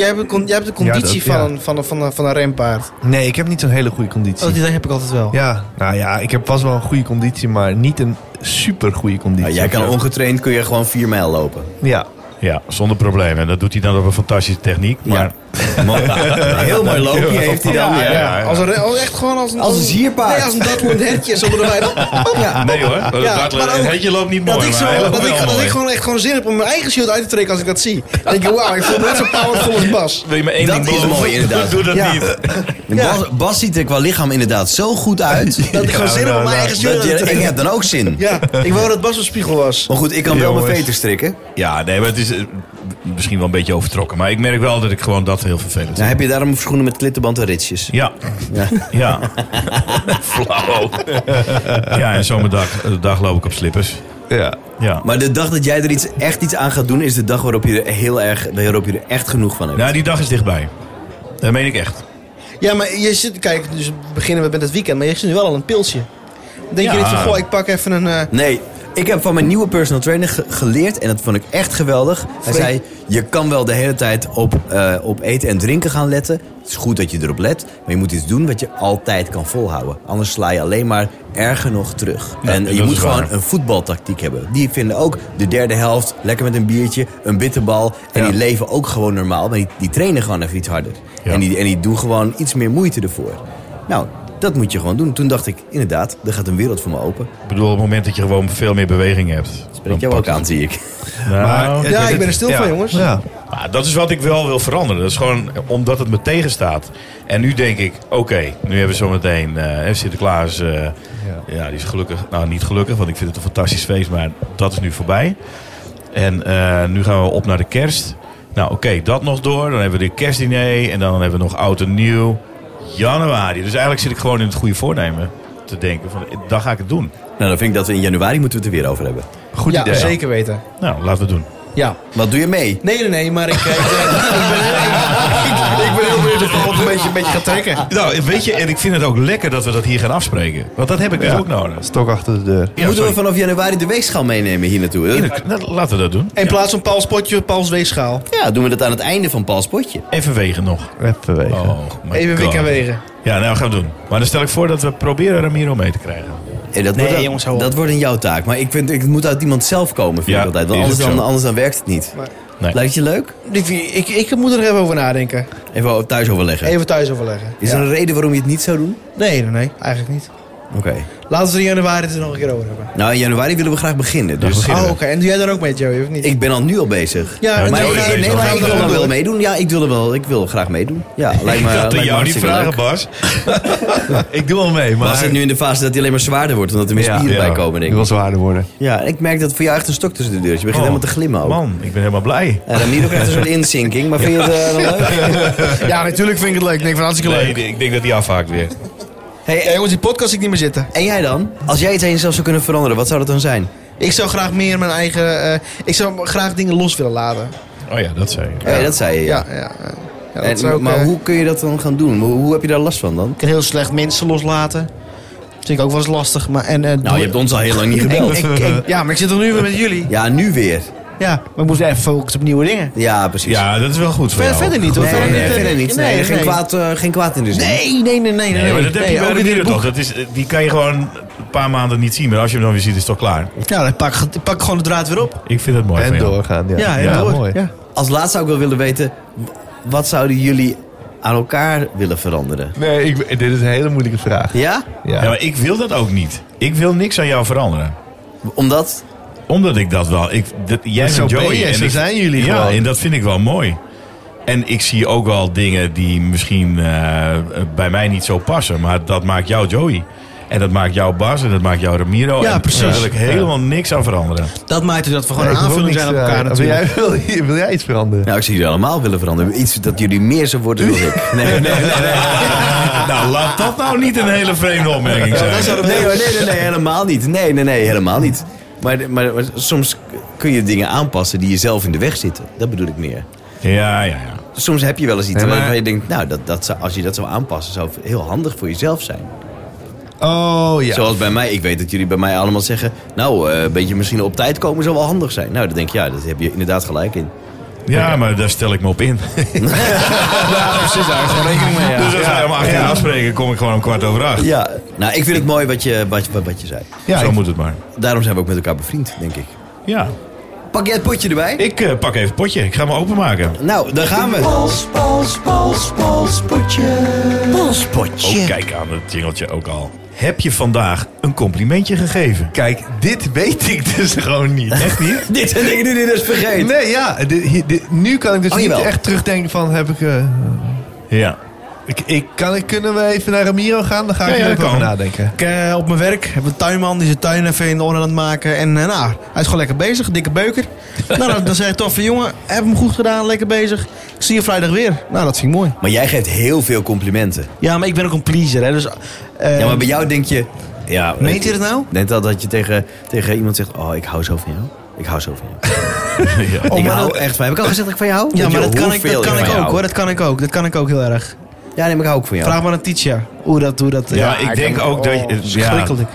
[SPEAKER 4] van een rempaard.
[SPEAKER 1] Nee, ik heb niet zo'n hele goede conditie.
[SPEAKER 4] Oh, die heb ik altijd wel.
[SPEAKER 1] Ja, nou ja, ik heb vast wel een goede conditie, maar niet een super goede conditie.
[SPEAKER 3] Nou, jij kan ongetraind kun je gewoon 4 mijl lopen.
[SPEAKER 1] Ja.
[SPEAKER 2] Ja, zonder probleem. En dat doet hij dan op een fantastische techniek. Maar
[SPEAKER 3] Heel mooi loopje heeft hij dan. Ja.
[SPEAKER 4] Echt gewoon als
[SPEAKER 3] Een zierpaard.
[SPEAKER 4] Nee, als een dartelend hertje. Zullen we erbij dan? Ja.
[SPEAKER 2] nee hoor,
[SPEAKER 4] maar ook-
[SPEAKER 2] je loopt niet mooi.
[SPEAKER 4] Dat ik,
[SPEAKER 2] maar hij loopt wel mooi.
[SPEAKER 4] gewoon echt gewoon zin heb om mijn eigen shield uit te trekken als ik dat zie. Dan denk ik, wauw, ik voel me net zo powerful als Bas.
[SPEAKER 2] Wil je me één
[SPEAKER 3] Dat
[SPEAKER 2] ding
[SPEAKER 3] is
[SPEAKER 2] beloven?
[SPEAKER 3] mooi, inderdaad.
[SPEAKER 2] Doe dat
[SPEAKER 4] Ja.
[SPEAKER 2] niet.
[SPEAKER 3] Bas ziet er qua lichaam inderdaad zo goed uit.
[SPEAKER 4] Dat ik gewoon zin heb om mijn eigen shield uit te
[SPEAKER 3] Ik
[SPEAKER 4] trekken.
[SPEAKER 3] heb dan ook zin.
[SPEAKER 4] Ja, ik wou dat Bas een spiegel was.
[SPEAKER 3] Maar goed, ik kan wel mijn
[SPEAKER 1] Jongens.
[SPEAKER 3] veters strikken.
[SPEAKER 2] Ja, nee, maar het is misschien wel een beetje overtrokken. Maar ik merk wel dat ik gewoon dat heel vervelend
[SPEAKER 3] Nou,
[SPEAKER 2] vind.
[SPEAKER 3] heb je daarom schoenen met klittenband en ritsjes?
[SPEAKER 2] Ja.
[SPEAKER 3] Ja.
[SPEAKER 2] Ja. Flauw. Ja, en zomerdag loop ik op slippers.
[SPEAKER 1] Ja.
[SPEAKER 2] Ja.
[SPEAKER 3] Maar de dag dat jij er echt iets aan gaat doen, is de dag waarop je er echt genoeg van hebt.
[SPEAKER 2] Nou, die dag is dichtbij. Dat meen ik echt.
[SPEAKER 4] Ja, maar je zit, kijk, dus beginnen we met het weekend, maar je zit nu wel al een pilsje. Denk je
[SPEAKER 2] Ja.
[SPEAKER 4] niet van, goh, ik pak even een...
[SPEAKER 3] Nee, ik heb van mijn nieuwe personal trainer geleerd. En dat vond ik echt geweldig. Hij zei, je kan wel de hele tijd op eten en drinken gaan letten. Het is goed dat je erop let. Maar je moet iets doen wat je altijd kan volhouden. Anders sla je alleen maar erger nog terug.
[SPEAKER 2] Ja,
[SPEAKER 3] en
[SPEAKER 2] dat
[SPEAKER 3] je
[SPEAKER 2] is
[SPEAKER 3] moet gewoon
[SPEAKER 2] waar.
[SPEAKER 3] een voetbaltactiek hebben. Die vinden ook de derde helft lekker met een biertje, een bitterbal. En die leven ook gewoon normaal. Maar die trainen gewoon even iets harder.
[SPEAKER 2] Ja.
[SPEAKER 3] En die doen gewoon iets meer moeite ervoor. Nou, dat moet je gewoon doen. Toen dacht ik, inderdaad, er gaat een wereld voor me open.
[SPEAKER 2] Ik bedoel, op het moment dat je gewoon veel meer beweging hebt.
[SPEAKER 3] Spreek jou ook aan, zie ik.
[SPEAKER 2] Nou,
[SPEAKER 4] Ja, ik ben er stil van, jongens.
[SPEAKER 1] Ja.
[SPEAKER 2] maar dat is wat ik wel wil veranderen. Dat is gewoon omdat het me tegenstaat. En nu denk ik, oké, nu hebben we zometeen Sinterklaas. Ja, die is gelukkig. Nou, niet gelukkig, want ik vind het een fantastisch feest. Maar dat is nu voorbij. En nu gaan we op naar de kerst. Nou, oké, dat nog door. Dan hebben we de kerstdiner. En dan hebben we nog oud en nieuw. Januari. Dus eigenlijk zit ik gewoon in het goede voornemen te denken. Van, dan ga ik het doen.
[SPEAKER 3] Nou, dan vind ik dat we in januari moeten we het er weer over hebben.
[SPEAKER 1] Goed
[SPEAKER 4] Ja,
[SPEAKER 1] idee.
[SPEAKER 4] zeker weten.
[SPEAKER 2] Nou, laten we het doen.
[SPEAKER 4] Ja.
[SPEAKER 3] Wat doe je mee?
[SPEAKER 4] Nee, maar ik ben heel benieuwd of het een beetje gaat trekken.
[SPEAKER 2] Nou, weet je, en ik vind het ook lekker dat we dat hier gaan afspreken. Want dat heb ik dus ook nodig.
[SPEAKER 1] Stok achter de deur.
[SPEAKER 2] Ja,
[SPEAKER 3] Moeten we
[SPEAKER 2] sorry.
[SPEAKER 3] vanaf januari de weegschaal meenemen hier naartoe?
[SPEAKER 2] Nou, laten we dat doen.
[SPEAKER 4] In plaats van Pauls potje, Pauls weegschaal.
[SPEAKER 3] Ja, doen we dat aan het einde van Pauls potje.
[SPEAKER 2] Even wegen nog.
[SPEAKER 1] Even wegen.
[SPEAKER 2] Oh, my
[SPEAKER 4] Even
[SPEAKER 2] God.
[SPEAKER 4] wikken wegen.
[SPEAKER 2] Ja, nou gaan we doen. Maar dan stel ik voor dat we proberen Ramiro mee te krijgen.
[SPEAKER 3] En dat
[SPEAKER 4] Nee,
[SPEAKER 3] wordt,
[SPEAKER 4] jongens, hou op.
[SPEAKER 3] dat wordt in jouw taak. Maar ik vind, het moet uit iemand zelf komen, vind
[SPEAKER 2] Ja,
[SPEAKER 3] ik altijd. Want
[SPEAKER 2] is
[SPEAKER 3] anders
[SPEAKER 2] ook
[SPEAKER 3] dan,
[SPEAKER 2] zo.
[SPEAKER 3] anders dan werkt het niet.
[SPEAKER 2] Nee.
[SPEAKER 3] Lijkt je leuk?
[SPEAKER 4] Ik moet er even over nadenken.
[SPEAKER 3] Even thuis overleggen.
[SPEAKER 4] Even thuis overleggen.
[SPEAKER 3] Is er een reden waarom je het niet zou doen?
[SPEAKER 4] Nee, eigenlijk niet.
[SPEAKER 3] Oké.
[SPEAKER 4] Laten we er in januari het er nog een keer over hebben.
[SPEAKER 3] Nou, in januari willen we graag beginnen. Dus
[SPEAKER 2] beginnen.
[SPEAKER 4] Oh, oké. En doe jij daar ook mee, Joey, of niet?
[SPEAKER 3] ik ben al nu al bezig.
[SPEAKER 4] Ja,
[SPEAKER 2] Ja,
[SPEAKER 4] en
[SPEAKER 3] Maar
[SPEAKER 2] Joey
[SPEAKER 3] ik,
[SPEAKER 2] is
[SPEAKER 3] nee,
[SPEAKER 2] bezig.
[SPEAKER 3] maar ik wil
[SPEAKER 4] gaan
[SPEAKER 3] dan
[SPEAKER 4] we
[SPEAKER 3] wel
[SPEAKER 4] doen.
[SPEAKER 3] meedoen. Ja, ik wil graag meedoen. Ja, lijkt me,
[SPEAKER 2] Dat
[SPEAKER 3] lijkt
[SPEAKER 2] aan
[SPEAKER 3] me
[SPEAKER 2] jou niet
[SPEAKER 3] hartstikke
[SPEAKER 2] vragen,
[SPEAKER 3] leuk.
[SPEAKER 2] Bas.
[SPEAKER 1] Ik doe al mee,
[SPEAKER 3] Maar
[SPEAKER 1] maar
[SPEAKER 3] zit nu in de fase dat hij alleen maar zwaarder wordt, omdat er meer
[SPEAKER 1] Ja,
[SPEAKER 3] spieren
[SPEAKER 2] ja.
[SPEAKER 3] bij komen, denk
[SPEAKER 1] ik wil
[SPEAKER 3] ik.
[SPEAKER 1] zwaarder worden.
[SPEAKER 3] Ja, en ik merk dat voor jou echt een stok tussen de deur is. Je begint
[SPEAKER 2] Oh,
[SPEAKER 3] helemaal te glimmen ook.
[SPEAKER 2] Man, ik ben helemaal blij.
[SPEAKER 3] En Ramiro krijgt een soort inzinking, maar vind je het dan leuk?
[SPEAKER 4] Ja, natuurlijk vind ik het leuk. Ik denk van hartstikke leuk.
[SPEAKER 2] Nee, ik denk dat hij afhaakt weer.
[SPEAKER 3] Hey,
[SPEAKER 4] Jongens, die podcast zie ik niet meer zitten.
[SPEAKER 3] en jij dan? Als jij iets aan jezelf zou kunnen veranderen, wat zou dat dan zijn?
[SPEAKER 4] Ik zou graag meer mijn eigen... ik zou graag dingen los willen laten.
[SPEAKER 2] Oh ja, dat zei je.
[SPEAKER 3] Ja, dat zei je. Ja.
[SPEAKER 4] Ja, dat
[SPEAKER 3] En,
[SPEAKER 4] zou ik,
[SPEAKER 3] maar hoe kun je dat dan gaan doen? Hoe heb je daar last van dan?
[SPEAKER 4] Ik kan heel slecht mensen loslaten. Dat vind ik ook wel eens lastig. Maar,
[SPEAKER 3] Nou, je hebt ons al heel lang niet gebeld.
[SPEAKER 4] ja, maar ik zit er nu weer met jullie.
[SPEAKER 3] Ja, nu weer.
[SPEAKER 4] Ja, maar ik moest even focussen op nieuwe dingen.
[SPEAKER 3] Ja, precies.
[SPEAKER 2] Ja, dat is wel goed voor jou.
[SPEAKER 4] Verder niet hoor.
[SPEAKER 3] Nee, verder niet. Nee, geen kwaad in de zin.
[SPEAKER 4] Nee.
[SPEAKER 2] Nee, maar dat heb je bij
[SPEAKER 4] ook in dit
[SPEAKER 2] Ramiro
[SPEAKER 4] boek.
[SPEAKER 2] toch. Die kan je gewoon een paar maanden niet zien. Maar als je hem dan weer ziet, is het toch klaar.
[SPEAKER 4] Ja, dan pak gewoon de draad weer op.
[SPEAKER 2] Ik vind het mooi
[SPEAKER 1] En
[SPEAKER 2] van jou.
[SPEAKER 1] doorgaan. Ja,
[SPEAKER 4] Ja,
[SPEAKER 2] Ja,
[SPEAKER 4] door.
[SPEAKER 1] mooi.
[SPEAKER 4] Ja.
[SPEAKER 3] Als laatste zou ik wel willen weten, wat zouden jullie aan elkaar willen veranderen?
[SPEAKER 1] Nee, dit is een hele moeilijke vraag.
[SPEAKER 3] Ja?
[SPEAKER 2] Ja, maar ik wil dat ook niet. Ik wil niks aan jou veranderen.
[SPEAKER 3] Omdat?
[SPEAKER 2] Omdat ik dat wel... Jij
[SPEAKER 1] Zo
[SPEAKER 2] bent Joey.
[SPEAKER 1] ben je,
[SPEAKER 2] en
[SPEAKER 1] zo zijn jullie
[SPEAKER 2] ja,
[SPEAKER 1] gewoon.
[SPEAKER 2] en dat vind ik wel mooi. En ik zie ook wel dingen die misschien bij mij niet zo passen. Maar dat maakt jou Joey. En dat maakt jou Bas en dat maakt jou Ramiro.
[SPEAKER 4] Ja,
[SPEAKER 2] en
[SPEAKER 4] precies.
[SPEAKER 2] Daar wil ik helemaal niks aan veranderen.
[SPEAKER 4] Dat maakt dus dat we gewoon
[SPEAKER 1] Nee,
[SPEAKER 4] een
[SPEAKER 1] ik wil
[SPEAKER 4] aanvulling
[SPEAKER 1] niks,
[SPEAKER 4] zijn op elkaar natuurlijk.
[SPEAKER 1] Wil jij iets veranderen?
[SPEAKER 3] Nou, ik zie jullie allemaal willen veranderen. Iets dat jullie meer zo worden dan ik. Nee.
[SPEAKER 2] Nou, laat dat nou niet een hele vreemde opmerking zijn.
[SPEAKER 3] Nee, helemaal niet. Nee, helemaal niet. Maar soms kun je dingen aanpassen die je zelf in de weg zitten. Dat bedoel ik meer.
[SPEAKER 2] Ja.
[SPEAKER 3] Soms heb je wel eens iets
[SPEAKER 1] Nee, maar-
[SPEAKER 3] waar je denkt, nou, als je dat zou aanpassen, zou het heel handig voor jezelf zijn.
[SPEAKER 1] Oh ja.
[SPEAKER 3] Zoals bij mij, ik weet dat jullie bij mij allemaal zeggen, nou, een beetje misschien op tijd komen zou wel handig zijn. Nou, dan denk ik, ja, daar heb je inderdaad gelijk in.
[SPEAKER 2] Ja, maar daar stel ik me op in.
[SPEAKER 4] Ja, precies. Daar is gewoon rekening mee.
[SPEAKER 2] Dus als wij om 8 uur afspreken, kom ik gewoon om 7:15.
[SPEAKER 3] Ja, nou, ik vind het mooi wat je zei.
[SPEAKER 1] Ja,
[SPEAKER 2] Zo
[SPEAKER 1] ik-
[SPEAKER 2] moet het maar.
[SPEAKER 3] Daarom zijn we ook met elkaar bevriend, denk ik.
[SPEAKER 2] Ja.
[SPEAKER 3] Pak jij het potje erbij?
[SPEAKER 2] Ik pak even het potje. Ik ga me openmaken.
[SPEAKER 3] Nou, daar gaan we.
[SPEAKER 2] Oh, kijk aan het jingeltje ook al. Heb je vandaag een complimentje gegeven?
[SPEAKER 1] Kijk, dit weet ik dus gewoon niet. Echt niet?
[SPEAKER 3] Dit denk ik nu dus vergeten.
[SPEAKER 1] Nee, ja. Nu kan ik dus
[SPEAKER 3] Oh,
[SPEAKER 1] niet
[SPEAKER 3] jawel.
[SPEAKER 1] echt terugdenken van, heb ik...
[SPEAKER 2] Ja.
[SPEAKER 1] Kunnen we even naar Ramiro gaan? Dan ga ik
[SPEAKER 2] Ja,
[SPEAKER 1] er
[SPEAKER 2] dat
[SPEAKER 1] even over
[SPEAKER 2] kan.
[SPEAKER 1] nadenken.
[SPEAKER 4] Op mijn werk heb ik een tuinman die zijn tuin even in orde aan het maken. En nou, hij is gewoon lekker bezig, dikke beuker. Nou, dan zeg ik toch van jongen, heb hem goed gedaan, lekker bezig. Ik zie je vrijdag weer. Nou, dat vind ik mooi.
[SPEAKER 3] Maar jij geeft heel veel complimenten.
[SPEAKER 4] Ja, maar ik ben ook een pleaser, hè. Dus,
[SPEAKER 3] Ja, maar bij jou denk je... Ja,
[SPEAKER 4] meent je dat nou?
[SPEAKER 3] Denk dat je tegen iemand zegt, oh, ik hou zo van jou. Ik hou zo van jou.
[SPEAKER 2] Ja.
[SPEAKER 3] Ik
[SPEAKER 4] maar
[SPEAKER 3] hou
[SPEAKER 4] dat-
[SPEAKER 3] echt van jou. Heb ik al gezegd dat ik van jou hou?
[SPEAKER 4] Ja,
[SPEAKER 3] Weet
[SPEAKER 4] maar
[SPEAKER 3] je
[SPEAKER 4] dat kan
[SPEAKER 3] hoeveel
[SPEAKER 4] ik
[SPEAKER 3] van
[SPEAKER 4] ook
[SPEAKER 3] jou
[SPEAKER 4] hoor. Dat kan ik ook heel erg.
[SPEAKER 3] Ja, nee, maar ik hou ook van jou.
[SPEAKER 4] Vraag maar aan Titia hoe dat
[SPEAKER 2] Ja, ik denk ook dat je... Ja,
[SPEAKER 4] Schrikkelijk.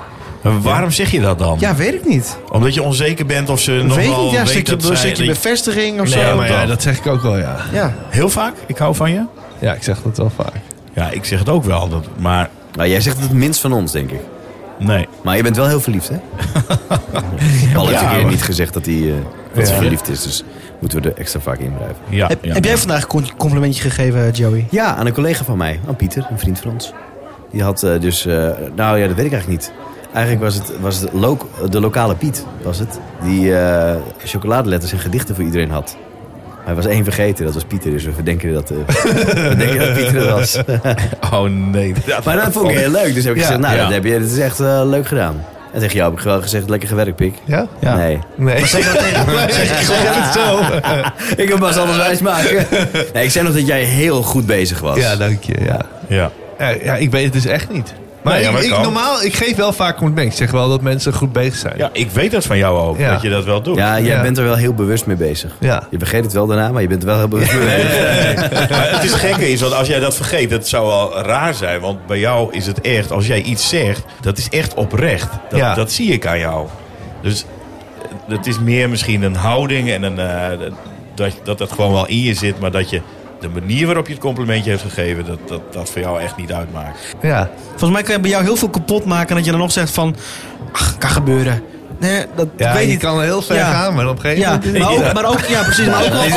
[SPEAKER 2] Maar waarom zeg je dat dan?
[SPEAKER 4] Ja, weet ik niet.
[SPEAKER 2] Omdat je onzeker bent of ze nog
[SPEAKER 4] Weet ik
[SPEAKER 2] wel
[SPEAKER 4] niet. Ja,
[SPEAKER 2] weet dat zij...
[SPEAKER 4] stukje bevestiging of
[SPEAKER 1] Nee,
[SPEAKER 4] zo.
[SPEAKER 1] maar ja, dat zeg ik ook wel, ja.
[SPEAKER 4] Ja.
[SPEAKER 2] Heel vaak? Ik hou van je?
[SPEAKER 1] Ja, ik zeg dat wel vaak.
[SPEAKER 2] Ja, ik zeg het ook wel. Maar
[SPEAKER 3] Nou, jij zegt het minst van ons, denk ik.
[SPEAKER 2] nee.
[SPEAKER 3] Maar je bent wel heel verliefd, hè? Paul heeft
[SPEAKER 2] Ja,
[SPEAKER 3] een keer
[SPEAKER 2] maar-
[SPEAKER 3] niet gezegd dat hij verliefd is. Dus moeten we er extra vaak in blijven.
[SPEAKER 2] Ja,
[SPEAKER 4] Heb jij vandaag een complimentje gegeven, Joey?
[SPEAKER 3] Ja, aan een collega van mij. Aan Pieter, een vriend van ons. Die had dus... nou ja, dat weet ik eigenlijk niet. Eigenlijk was het de lokale Piet, was het. Die chocoladeletters en gedichten voor iedereen had. Hij was één vergeten, dat was Pieter. Dus we denken dat Pieter het was.
[SPEAKER 2] Oh nee.
[SPEAKER 3] Maar dat vond ik heel leuk. Dus heb ik gezegd, nou,
[SPEAKER 2] Ja.
[SPEAKER 3] dat is echt leuk gedaan. En tegen jou heb ik wel gezegd, lekker gewerkt, Pik.
[SPEAKER 1] Ja?
[SPEAKER 4] Ja.
[SPEAKER 3] Nee.
[SPEAKER 1] Nee.
[SPEAKER 4] Zeg dat tegen
[SPEAKER 1] Zeg het zo.
[SPEAKER 3] Ik heb pas alles wijs maken. Nee, ik zei nog dat jij heel goed bezig was.
[SPEAKER 1] Ja, dank je. Ja.
[SPEAKER 2] Ja.
[SPEAKER 1] Ja, ik weet het dus echt niet. Maar,
[SPEAKER 2] Nee, ja, maar kan.
[SPEAKER 1] normaal, ik geef wel vaak complimenten. Ik zeg wel dat mensen goed bezig zijn.
[SPEAKER 2] Ja, ik weet dat van jou ook.
[SPEAKER 1] Ja.
[SPEAKER 2] Dat je dat wel doet.
[SPEAKER 3] Ja, jij
[SPEAKER 1] Ja.
[SPEAKER 3] bent er wel heel bewust mee bezig.
[SPEAKER 1] Ja.
[SPEAKER 3] Je vergeet het wel daarna, maar je bent er wel heel bewust mee bezig.
[SPEAKER 2] Maar het is gekke is, want als jij dat vergeet, dat zou wel raar zijn. Want bij jou is het echt, als jij iets zegt, dat is echt oprecht.
[SPEAKER 1] Ja.
[SPEAKER 2] Dat zie ik aan jou. Dus het is meer misschien een houding en dat gewoon wel in je zit. Maar dat je de manier waarop je het complimentje heeft gegeven, dat voor jou echt niet uitmaakt.
[SPEAKER 1] Ja.
[SPEAKER 4] Volgens mij kan je bij jou heel veel kapot maken. Dat je dan nog zegt van... Ach, kan gebeuren. Nee, dat
[SPEAKER 1] Ja,
[SPEAKER 4] ik weet
[SPEAKER 1] je
[SPEAKER 4] niet.
[SPEAKER 1] kan heel ver
[SPEAKER 4] Ja.
[SPEAKER 1] gaan, maar op een gegeven
[SPEAKER 4] Ja,
[SPEAKER 1] moment...
[SPEAKER 4] maar ook, ja, precies. Maar ook wel...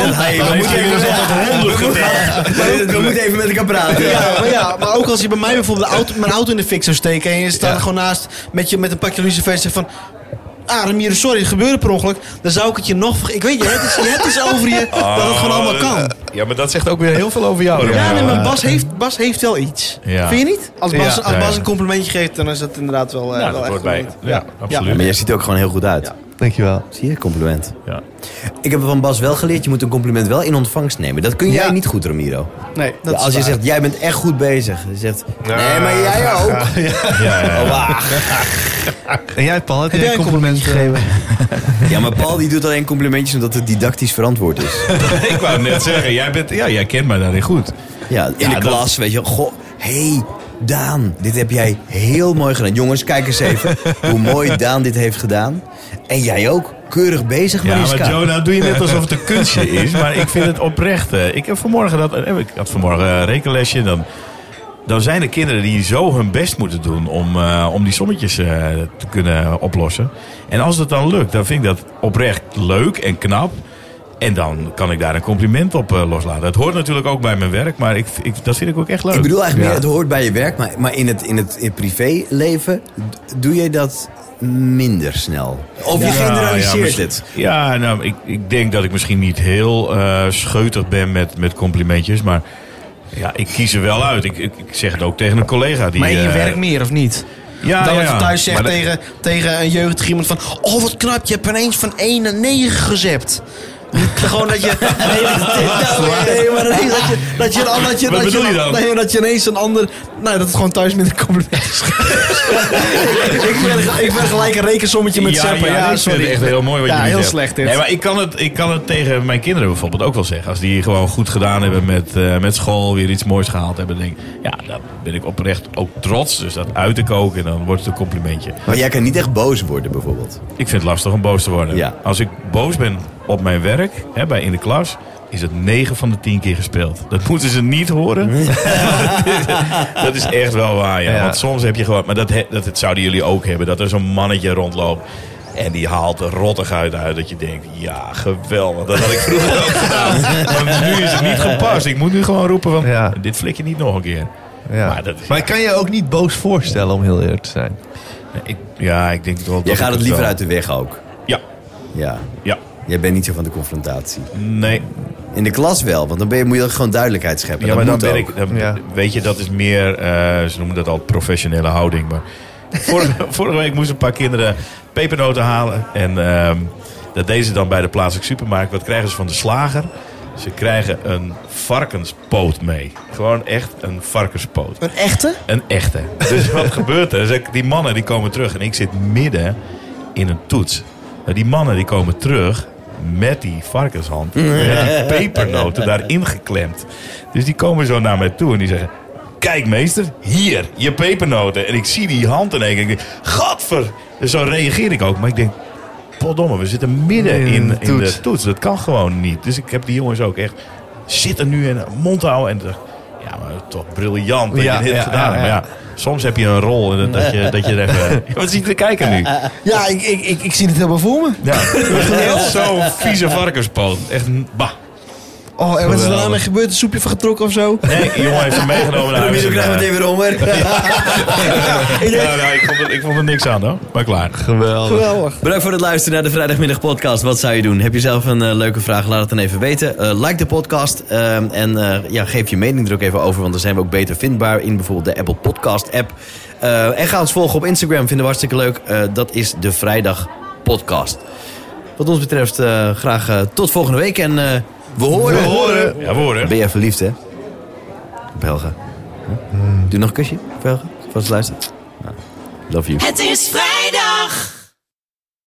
[SPEAKER 3] We moeten even met elkaar praten.
[SPEAKER 4] Maar ook als je bij mij bijvoorbeeld mijn auto in de fik zou steken... en je staat er gewoon naast met een pakje lucifers en zegt van... Ramiro, sorry, het gebeurde per ongeluk. Dan zou ik het je nog... Ik weet je, het is over je dat het gewoon allemaal kan.
[SPEAKER 2] Ja, maar dat zegt ook weer heel veel over jou.
[SPEAKER 4] Ja, nee, maar Bas heeft wel iets.
[SPEAKER 2] Ja.
[SPEAKER 4] Vind je niet? Als Bas,
[SPEAKER 1] Ja.
[SPEAKER 4] als Bas een complimentje geeft, dan is dat inderdaad wel,
[SPEAKER 2] Ja,
[SPEAKER 4] wel
[SPEAKER 2] dat
[SPEAKER 4] echt
[SPEAKER 2] hoort bij.
[SPEAKER 4] goed.
[SPEAKER 2] Ja, absoluut.
[SPEAKER 3] Ja, maar jij ziet er ook gewoon heel goed uit.
[SPEAKER 4] Ja.
[SPEAKER 1] Dankjewel.
[SPEAKER 3] Zie je, compliment.
[SPEAKER 2] Ja.
[SPEAKER 3] Ik heb van Bas wel geleerd, je moet een compliment wel in ontvangst nemen. Dat kun jij
[SPEAKER 1] Ja.
[SPEAKER 3] niet goed, Ramiro.
[SPEAKER 4] Nee, dat
[SPEAKER 3] Als
[SPEAKER 4] is
[SPEAKER 3] je
[SPEAKER 4] waar.
[SPEAKER 3] zegt, jij bent echt goed bezig. Je zegt, nee, maar jij ook.
[SPEAKER 2] Ja.
[SPEAKER 3] Oh, wacht.
[SPEAKER 1] En jij, Paul, heb
[SPEAKER 4] Heb jij een complimentje gegeven?
[SPEAKER 3] Ja, maar Paul die doet alleen complimentjes omdat het didactisch verantwoord is.
[SPEAKER 2] Ik wou net zeggen, jij kent mij daarin goed.
[SPEAKER 3] Ja, in de
[SPEAKER 2] dat-
[SPEAKER 3] klas, weet je. Goh, hey, Daan, dit heb jij heel mooi gedaan. Jongens, kijk eens even hoe mooi Daan dit heeft gedaan. En jij ook. Keurig bezig,
[SPEAKER 2] Ja,
[SPEAKER 3] Mariska.
[SPEAKER 2] maar Joe, nou doe je net alsof het een kunstje is. Maar ik vind het oprecht. Ik had vanmorgen een rekenlesje. Dan zijn er kinderen die zo hun best moeten doen om die sommetjes te kunnen oplossen. En als het dan lukt, dan vind ik dat oprecht leuk en knap. En dan kan ik daar een compliment op loslaten. Het hoort natuurlijk ook bij mijn werk, maar dat vind ik ook echt leuk.
[SPEAKER 3] Ik bedoel eigenlijk
[SPEAKER 1] Ja.
[SPEAKER 3] meer, het hoort bij je werk. Maar in het privéleven doe je dat minder snel. Of je generaliseert het.
[SPEAKER 2] Ja, nou, ik denk dat ik misschien niet heel scheutig ben met complimentjes. Maar ja, ik kies er wel uit. Ik zeg het ook tegen een collega. Die,
[SPEAKER 4] Maar in je werk meer, of niet?
[SPEAKER 2] Ja,
[SPEAKER 4] Dan
[SPEAKER 2] ja,
[SPEAKER 4] dat je thuis zegt
[SPEAKER 2] maar
[SPEAKER 4] tegen een jeugdig iemand van... Oh, wat knap, je hebt ineens van 1 naar 9 gezept. Gewoon dat je...
[SPEAKER 2] Wat bedoel je dan?
[SPEAKER 4] Nee, dat je ineens een ander... Nou, dat het gewoon thuis minder compliment is. ik ben gelijk een rekensommetje met zeppen.
[SPEAKER 2] Ja, ik vind het echt heel mooi wat
[SPEAKER 4] Ja,
[SPEAKER 2] jullie
[SPEAKER 4] heel
[SPEAKER 2] zeggen.
[SPEAKER 4] slecht dit.
[SPEAKER 2] Nee, maar ik kan het tegen mijn kinderen bijvoorbeeld ook wel zeggen. Als die gewoon goed gedaan hebben met school, weer iets moois gehaald hebben. Dan denk ik, ja, dan ben ik oprecht ook trots. Dus dat uit te koken en dan wordt het een complimentje.
[SPEAKER 3] Maar jij kan niet echt boos worden, bijvoorbeeld.
[SPEAKER 2] Ik vind het lastig om boos te worden.
[SPEAKER 3] Ja.
[SPEAKER 2] Als ik boos ben op mijn werk, in de klas, is het 9 van de 10 keer gespeeld. Dat moeten ze niet horen. Dat is echt wel waar, ja.
[SPEAKER 1] Ja.
[SPEAKER 2] Want soms heb je gewoon... Maar dat zouden jullie ook hebben. Dat er zo'n mannetje rondloopt. En die haalt er rottigheid uit. Dat je denkt, ja, geweldig. Dat had ik vroeger ook gedaan. Maar nu is het niet gepast. Ik moet nu gewoon roepen van...
[SPEAKER 1] Ja.
[SPEAKER 2] Dit flik je niet nog een keer.
[SPEAKER 1] Ja.
[SPEAKER 2] Maar
[SPEAKER 1] ik kan je ook niet boos voorstellen, om heel eerlijk te zijn.
[SPEAKER 2] Ik denk wel...
[SPEAKER 3] Jij
[SPEAKER 2] dat
[SPEAKER 3] gaat
[SPEAKER 2] ik
[SPEAKER 3] het liever
[SPEAKER 2] wel-
[SPEAKER 3] uit de weg ook.
[SPEAKER 2] Ja,
[SPEAKER 3] Ja.
[SPEAKER 2] ja.
[SPEAKER 3] Jij bent niet zo van de confrontatie.
[SPEAKER 2] Nee.
[SPEAKER 3] In de klas wel, want dan moet je gewoon duidelijkheid scheppen.
[SPEAKER 2] Ja,
[SPEAKER 3] dat
[SPEAKER 2] maar dan
[SPEAKER 3] moet
[SPEAKER 2] ben
[SPEAKER 3] ook.
[SPEAKER 2] ik...
[SPEAKER 1] Ja.
[SPEAKER 2] Weet je, dat is meer... ze noemen dat al professionele houding. Maar vorige week moesten een paar kinderen pepernoten halen. En dat deden ze dan bij de plaatselijke supermarkt. Wat krijgen ze van de slager? Ze krijgen een varkenspoot mee. Gewoon echt een varkenspoot.
[SPEAKER 4] Een echte?
[SPEAKER 2] Een echte. Dus wat gebeurt er? Die mannen die komen terug. En ik zit midden in een toets. Nou, die mannen die komen terug met die varkenshand. Met die pepernoten daarin geklemd. Dus die komen zo naar mij toe en die zeggen... kijk meester, hier, je pepernoten. En ik zie die hand in één keer. Ik denk, gadver. Dus zo reageer ik ook. Maar ik denk, potdomme, we zitten midden in de toets. Dat kan gewoon niet. Dus ik heb die jongens ook echt zitten nu en mond houden. En ja, maar toch briljant dat je dit hebt gedaan. Maar ja, soms heb je een rol en dat je er even... Wat zit je te kijken nu?
[SPEAKER 4] Ja, ik zie het helemaal voor me.
[SPEAKER 2] Ja, zo'n vieze varkenspoot. Echt een... Bah.
[SPEAKER 5] Oh, en wat is er daarna mee gebeurd? Een soepje van getrokken of zo?
[SPEAKER 2] Nee, die jongen heeft hem meegenomen naar huis.
[SPEAKER 3] Ik krijg meteen weer honger.
[SPEAKER 2] Ik vond er niks aan hoor, maar klaar.
[SPEAKER 5] Geweldig.
[SPEAKER 3] Bedankt voor het luisteren naar de vrijdagmiddag podcast. Wat zou je doen? Heb je zelf een leuke vraag? Laat het dan even weten. Like de podcast en geef je mening er ook even over. Want dan zijn we ook beter vindbaar in bijvoorbeeld de Apple Podcast app. En ga ons volgen op Instagram. Vinden we hartstikke leuk. Dat is de Vrijdag Podcast. Wat ons betreft graag tot volgende week. En we horen.
[SPEAKER 2] Ja, we horen.
[SPEAKER 3] Ben jij verliefd, hè? Op Helga. Doe nog een kusje op Helga. Vast luisteren. Love you.
[SPEAKER 6] Het is vrijdag.